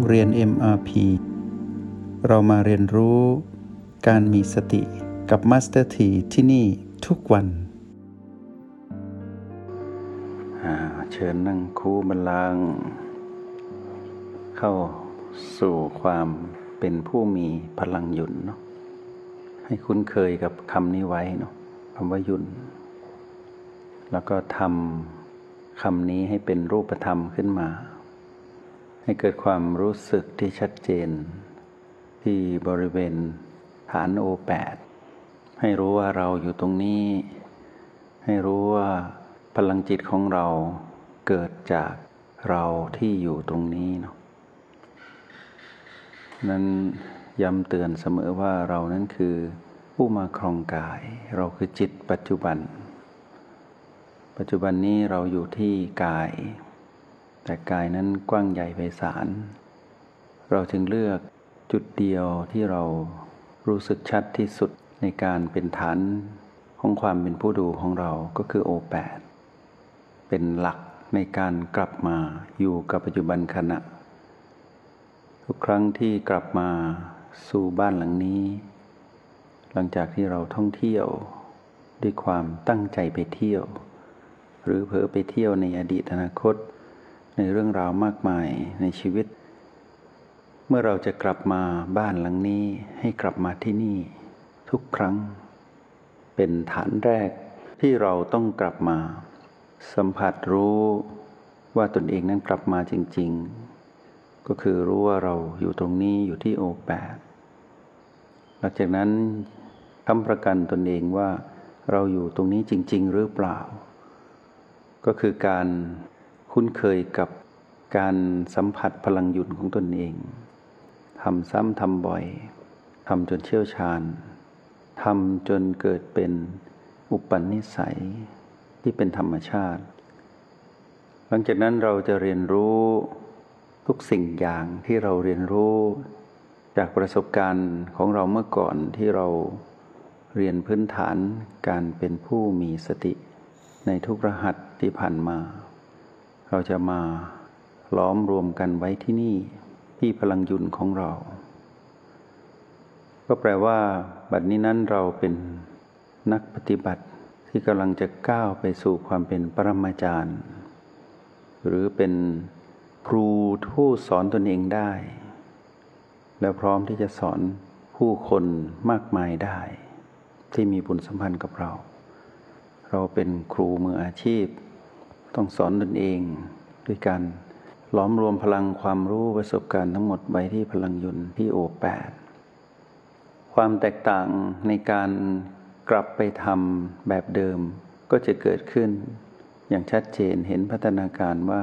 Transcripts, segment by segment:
เรียน MRP เรามาเรียนรู้การมีสติกับ Master T ที่นี่ทุกวันเชิญนั่งคูบัลลังก์เข้าสู่ความเป็นผู้มีพลังหยุดเนาะให้คุ้นเคยกับคำนี้ไว้เนาะคำว่าหยุดแล้วก็ทำคำนี้ให้เป็นรูปธรรมขึ้นมาให้เกิดความรู้สึกที่ชัดเจนที่บริเวณฐานโอแปดให้รู้ว่าเราอยู่ตรงนี้ให้รู้ว่าพลังจิตของเราเกิดจากเราที่อยู่ตรงนี้เนาะนั้นย้ำเตือนเสมอว่าเรานั้นคือผู้มาครองกายเราคือจิตปัจจุบันนี้เราอยู่ที่กายแต่กายนั้นกว้างใหญ่ไพศาลเราจึงเลือกจุดเดียวที่เรารู้สึกชัดที่สุดในการเป็นฐานของความเป็นผู้ดูของเราก็คือโอแปดเป็นหลักในการกลับมาอยู่กับปัจจุบันขณะทุกครั้งที่กลับมาสู่บ้านหลังนี้หลังจากที่เราท่องเที่ยวด้วยความตั้งใจไปเที่ยวหรือเผลอไปเที่ยวในอดีตอนาคตในเรื่องราวมากมายในชีวิตเมื่อเราจะกลับมาบ้านหลังนี้ให้กลับมาที่นี่ทุกครั้งเป็นฐานแรกที่เราต้องกลับมาสัมผัสรู้ว่าตนเองนั้นกลับมาจริงๆก็คือรู้ว่าเราอยู่ตรงนี้อยู่ที่โอแปดหลังจากนั้นค้ำประกันตนเองว่าเราอยู่ตรงนี้จริงๆหรือเปล่าก็คือการคุ้นเคยกับการสัมผัสพลังหยุดของตนเองทำซ้ำทำบ่อยทำจนเชี่ยวชาญทำจนเกิดเป็นอุปนิสัยที่เป็นธรรมชาติหลังจากนั้นเราจะเรียนรู้ทุกสิ่งอย่างที่เราเรียนรู้จากประสบการณ์ของเราเมื่อก่อนที่เราเรียนพื้นฐานการเป็นผู้มีสติในทุกรหัสที่ผ่านมาเราจะมาล้อมรวมกันไว้ที่นี่ที่พลังหยุดของเราก็แปลว่าบัดนี้นั้นเราเป็นนักปฏิบัติที่กำลังจะก้าวไปสู่ความเป็นปรมาจารย์หรือเป็นครูผู้สอนตนเองได้และพร้อมที่จะสอนผู้คนมากมายได้ที่มีบุญสัมพันธ์กับเราเป็นครูมืออาชีพต้องสอนตนเองด้วยการล้อมรวมพลังความรู้ประสบการณ์ทั้งหมดไว้ที่พลังหยุดที่โอแปดความแตกต่างในการกลับไปทำแบบเดิมก็จะเกิดขึ้นอย่างชัดเจนเห็นพัฒนาการว่า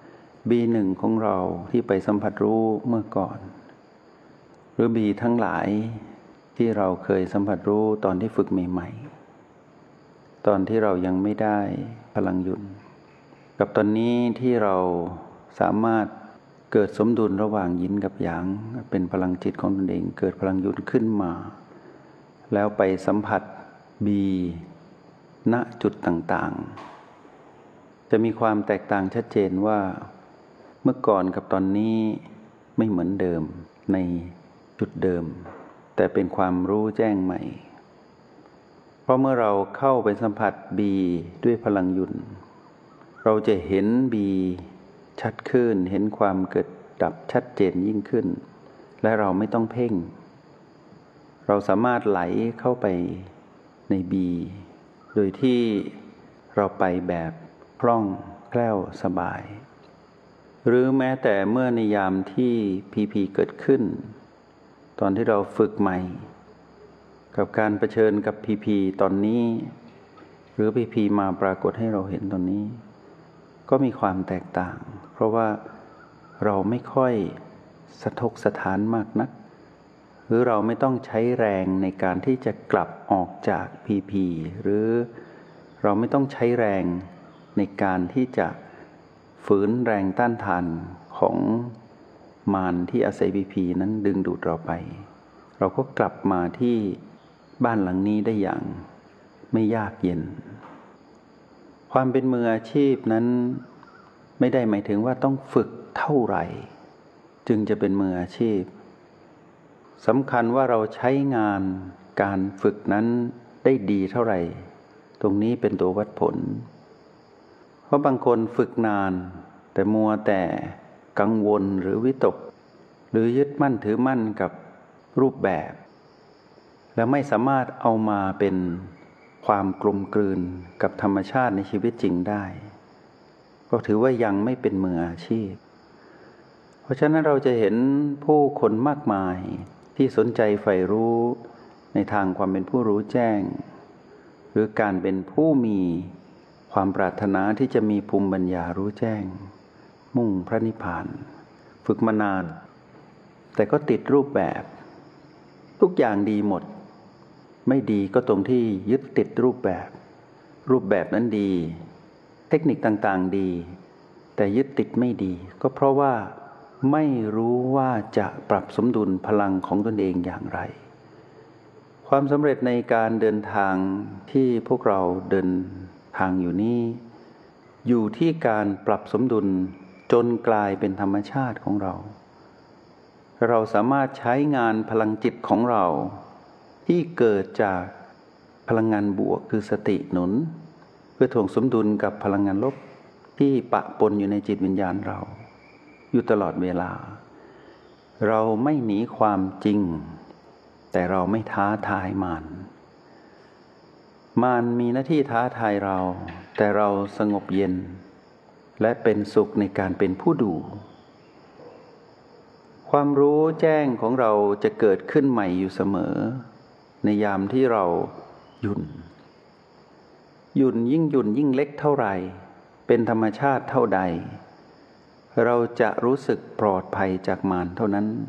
B1 ของเราที่ไปสัมผัสรู้เมื่อก่อนหรือ B ทั้งหลายที่เราเคยสัมผัสรู้ตอนที่ฝึกใหม่ๆตอนที่เรายังไม่ได้พลังหยุดกับตอนนี้ที่เราสามารถเกิดสมดุลระหว่างยินกับหยางเป็นพลังจิตของตนเองเกิดพลังหยุดขึ้นมาแล้วไปสัมผัสบีณจุดต่างๆจะมีความแตกต่างชัดเจนว่าเมื่อก่อนกับตอนนี้ไม่เหมือนเดิมในจุดเดิมแต่เป็นความรู้แจ้งใหม่เพราะเมื่อเราเข้าไปสัมผัสบีด้วยพลังหยุดเราจะเห็นบีชัดขึ้นเห็นความเกิดดับชัดเจนยิ่งขึ้นและเราไม่ต้องเพ่งเราสามารถไหลเข้าไปในบีโดยที่เราไปแบบคล่องแคล่วสบายหรือแม้แต่เมื่อในยามที่พีเกิดขึ้นตอนที่เราฝึกใหม่กับการเผชิญกับพีตอนนี้หรือพีมาปรากฏให้เราเห็นตอนนี้ก็มีความแตกต่างเพราะว่าเราไม่ค่อยสะทกสะท้านมากนักหรือเราไม่ต้องใช้แรงในการที่จะกลับออกจากพีหรือเราไม่ต้องใช้แรงในการที่จะฝืนแรงต้านทานของมารที่อาศัยพีนั้นดึงดูดเราไปเราก็กลับมาที่บ้านหลังนี้ได้อย่างไม่ยากเย็นความเป็นมืออาชีพนั้นไม่ได้หมายถึงว่าต้องฝึกเท่าไหร่จึงจะเป็นมืออาชีพสำคัญว่าเราใช้งานการฝึกนั้นได้ดีเท่าไหร่ตรงนี้เป็นตัววัดผลเพราะบางคนฝึกนานแต่มัวแต่กังวลหรือวิตกหรือยึดมั่นถือมั่นกับรูปแบบและไม่สามารถเอามาเป็นความกลมกลืนกับธรรมชาติในชีวิตจริงได้ก็ถือว่ายังไม่เป็นมืออาชีพเพราะฉะนั้นเราจะเห็นผู้คนมากมายที่สนใจใฝ่รู้ในทางความเป็นผู้รู้แจ้งหรือการเป็นผู้มีความปรารถนาที่จะมีภูมิปัญญารู้แจ้งมุ่งพระนิพพานฝึกมานานแต่ก็ติดรูปแบบทุกอย่างดีหมดไม่ดีก็ตรงที่ยึดติดรูปแบบนั้นดีเทคนิคต่างๆดีแต่ยึดติดไม่ดีก็เพราะว่าไม่รู้ว่าจะปรับสมดุลพลังของตนเองอย่างไรความสำเร็จในการเดินทางที่พวกเราเดินทางอยู่นี้อยู่ที่การปรับสมดุลจนกลายเป็นธรรมชาติของเราสามารถใช้งานพลังจิตของเราที่เกิดจากพลังงานบวกคือสติหนุนเพื่อถ่วงสมดุลกับพลังงานลบที่ปะปนอยู่ในจิตวิญญาณเราอยู่ตลอดเวลาเราไม่หนีความจริงแต่เราไม่ท้าทายมารมีหน้าที่ท้าทายเราแต่เราสงบเย็นและเป็นสุขในการเป็นผู้ดูความรู้แจ้งของเราจะเกิดขึ้นใหม่อยู่เสมอในยามที่เราหยุ่นยิ่งเล็กเท่าไหร่เป็นธรรมชาติเท่าใดเราจะรู้สึกปลอดภัยจากมารเท่านั้น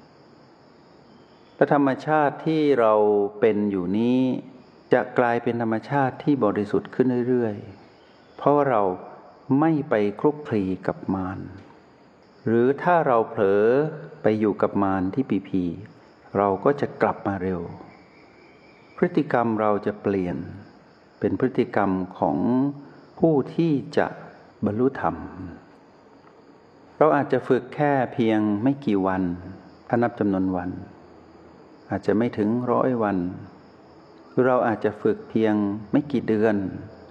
และธรรมชาติที่เราเป็นอยู่นี้จะกลายเป็นธรรมชาติที่บริสุทธิ์ขึ้นเรื่อยๆเพราะเราไม่ไปคลุกคลีกับมารหรือถ้าเราเผลอไปอยู่กับมารที่ผีเราก็จะกลับมาเร็วพฤติกรรมเราจะเปลี่ยนเป็นพฤติกรรมของผู้ที่จะบรรลุธรรมเราอาจจะฝึกแค่เพียงไม่กี่วันถ้านับจำนวนวันอาจจะไม่ถึง100 วันคือเราอาจจะฝึกเพียงไม่กี่เดือน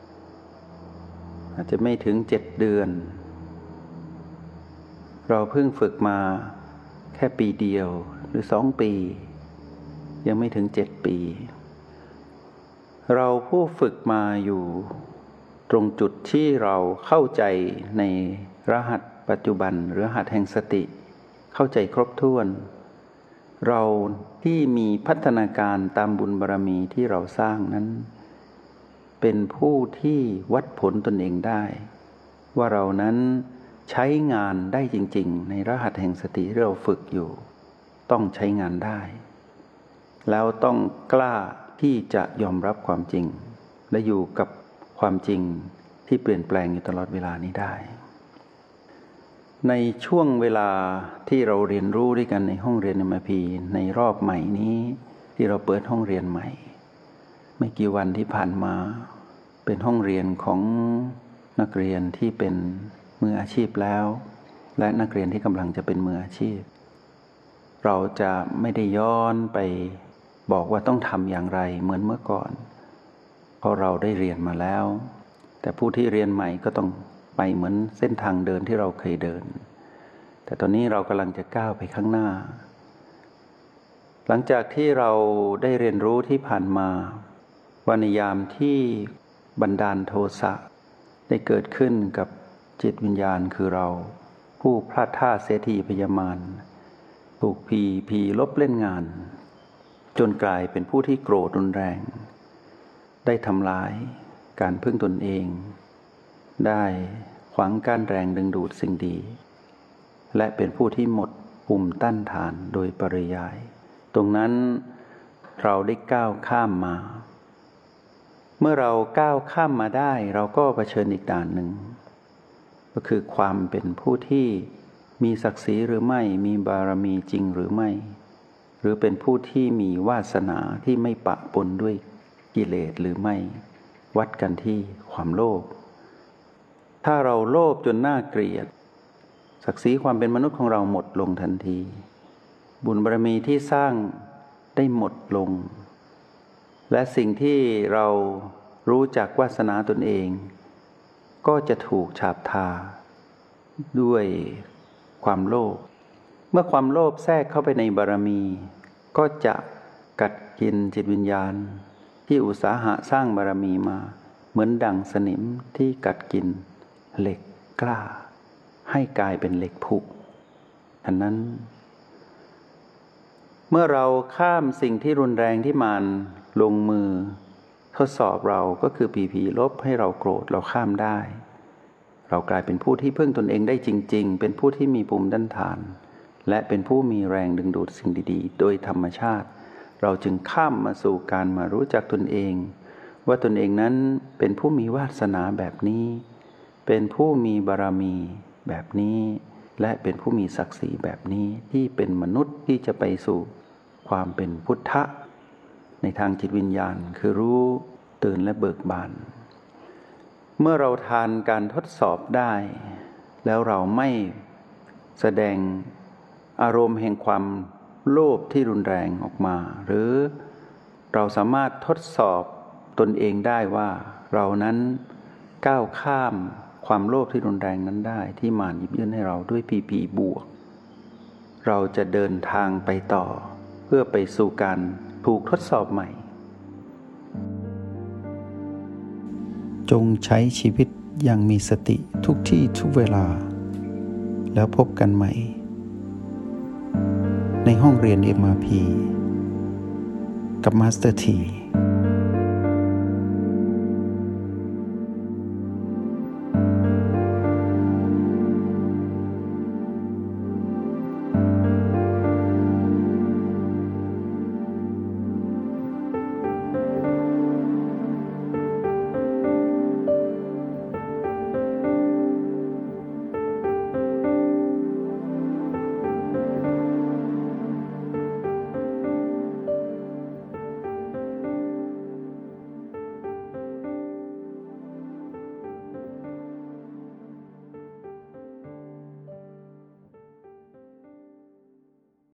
อาจจะไม่ถึง7 เดือนเราเพิ่งฝึกมาแค่ปีเดียวหรือ2 ปียังไม่ถึง7 ปีเราผู้ฝึกมาอยู่ตรงจุดที่เราเข้าใจในรหัสปัจจุบันหรือรหัสแห่งสติเข้าใจครบถ้วนเราที่มีพัฒนาการตามบุญบารมีที่เราสร้างนั้นเป็นผู้ที่วัดผลตนเองได้ว่าเรานั้นใช้งานได้จริงๆในรหัสแห่งสติที่เราฝึกอยู่ต้องใช้งานได้แล้วต้องกล้าที่จะยอมรับความจริงและอยู่กับความจริงที่เปลี่ยนแปลงอยู่ตลอดเวลานี้ได้ในช่วงเวลาที่เราเรียนรู้ด้วยกันในห้องเรียน MIP ในรอบใหม่นี้ที่เราเปิดห้องเรียนใหม่ไม่กี่วันที่ผ่านมาเป็นห้องเรียนของนักเรียนที่เป็นมืออาชีพแล้วและนักเรียนที่กำลังจะเป็นมืออาชีพเราจะไม่ได้ย้อนไปบอกว่าต้องทำอย่างไรเหมือนเมื่อก่อนเพราะเราได้เรียนมาแล้วแต่ผู้ที่เรียนใหม่ก็ต้องไปเหมือนเส้นทางเดินที่เราเคยเดินแต่ตอนนี้เรากำลังจะก้าวไปข้างหน้าหลังจากที่เราได้เรียนรู้ที่ผ่านมาว่าในยามที่บันดาลโทสะได้เกิดขึ้นกับจิตวิญญาณคือเราผู้พลาดท่าเสียทีพยามารถูกผีลบเล่นงานจนกลายเป็นผู้ที่โกรธรุนแรงได้ทำลายการพึ่งตนเองได้ขวางกั้นแรงดึงดูดสิ่งดีและเป็นผู้ที่หมดภูมิต้านทานโดยปริยายตรงนั้นเราได้ก้าวข้ามมาเมื่อเราก้าวข้ามมาได้เราก็เผชิญอีกด่านหนึ่งก็คือความเป็นผู้ที่มีศักดิ์ศรีหรือไม่มีบารมีจริงหรือไม่หรือเป็นผู้ที่มีวาสนาที่ไม่ปะปนด้วยกิเลสหรือไม่วัดกันที่ความโลภถ้าเราโลภจนน่าเกลียดศักดิ์ศรีความเป็นมนุษย์ของเราหมดลงทันทีบุญบารมีที่สร้างได้หมดลงและสิ่งที่เรารู้จักวาสนาตนเองก็จะถูกฉาบทาด้วยความโลภเมื่อความโลภแทรกเข้าไปในบารมีก็จะกัดกินจิตวิญญาณที่อุตสาหะสร้างบารมีมาเหมือนดั่งสนิมที่กัดกินเหล็กกล้าให้กลายเป็นเหล็กผุฉะนั้นเมื่อเราข้ามสิ่งที่รุนแรงที่มารลงมือทดสอบเราก็คือผีลบให้เราโกรธเราข้ามได้เรากลายเป็นผู้ที่พึ่งตนเองได้จริงๆเป็นผู้ที่มีภูมิต้านทานและเป็นผู้มีแรงดึงดูดสิ่งดีๆโดยธรรมชาติเราจึงข้ามมาสู่การมารู้จักตนเองว่าตนเองนั้นเป็นผู้มีวาสนาแบบนี้เป็นผู้มีบารมีแบบนี้และเป็นผู้มีศักดิ์ศรีแบบนี้ที่เป็นมนุษย์ที่จะไปสู่ความเป็นพุทธะในทางจิตวิญญาณคือรู้ตื่นและเบิกบานเมื่อเราทานการทดสอบได้แล้วเราไม่แสดงอารมณ์แห่งความโลภที่รุนแรงออกมาหรือเราสามารถทดสอบตนเองได้ว่าเรานั้นก้าวข้ามความโลภที่รุนแรงนั้นได้ที่มารหยิบยื่นให้เราด้วยพีบวกเราจะเดินทางไปต่อเพื่อไปสู่การถูกทดสอบใหม่จงใช้ชีวิตอย่างมีสติทุกที่ทุกเวลาแล้วพบกันใหม่ในห้องเรียน MRP กับมาสเตอร์ที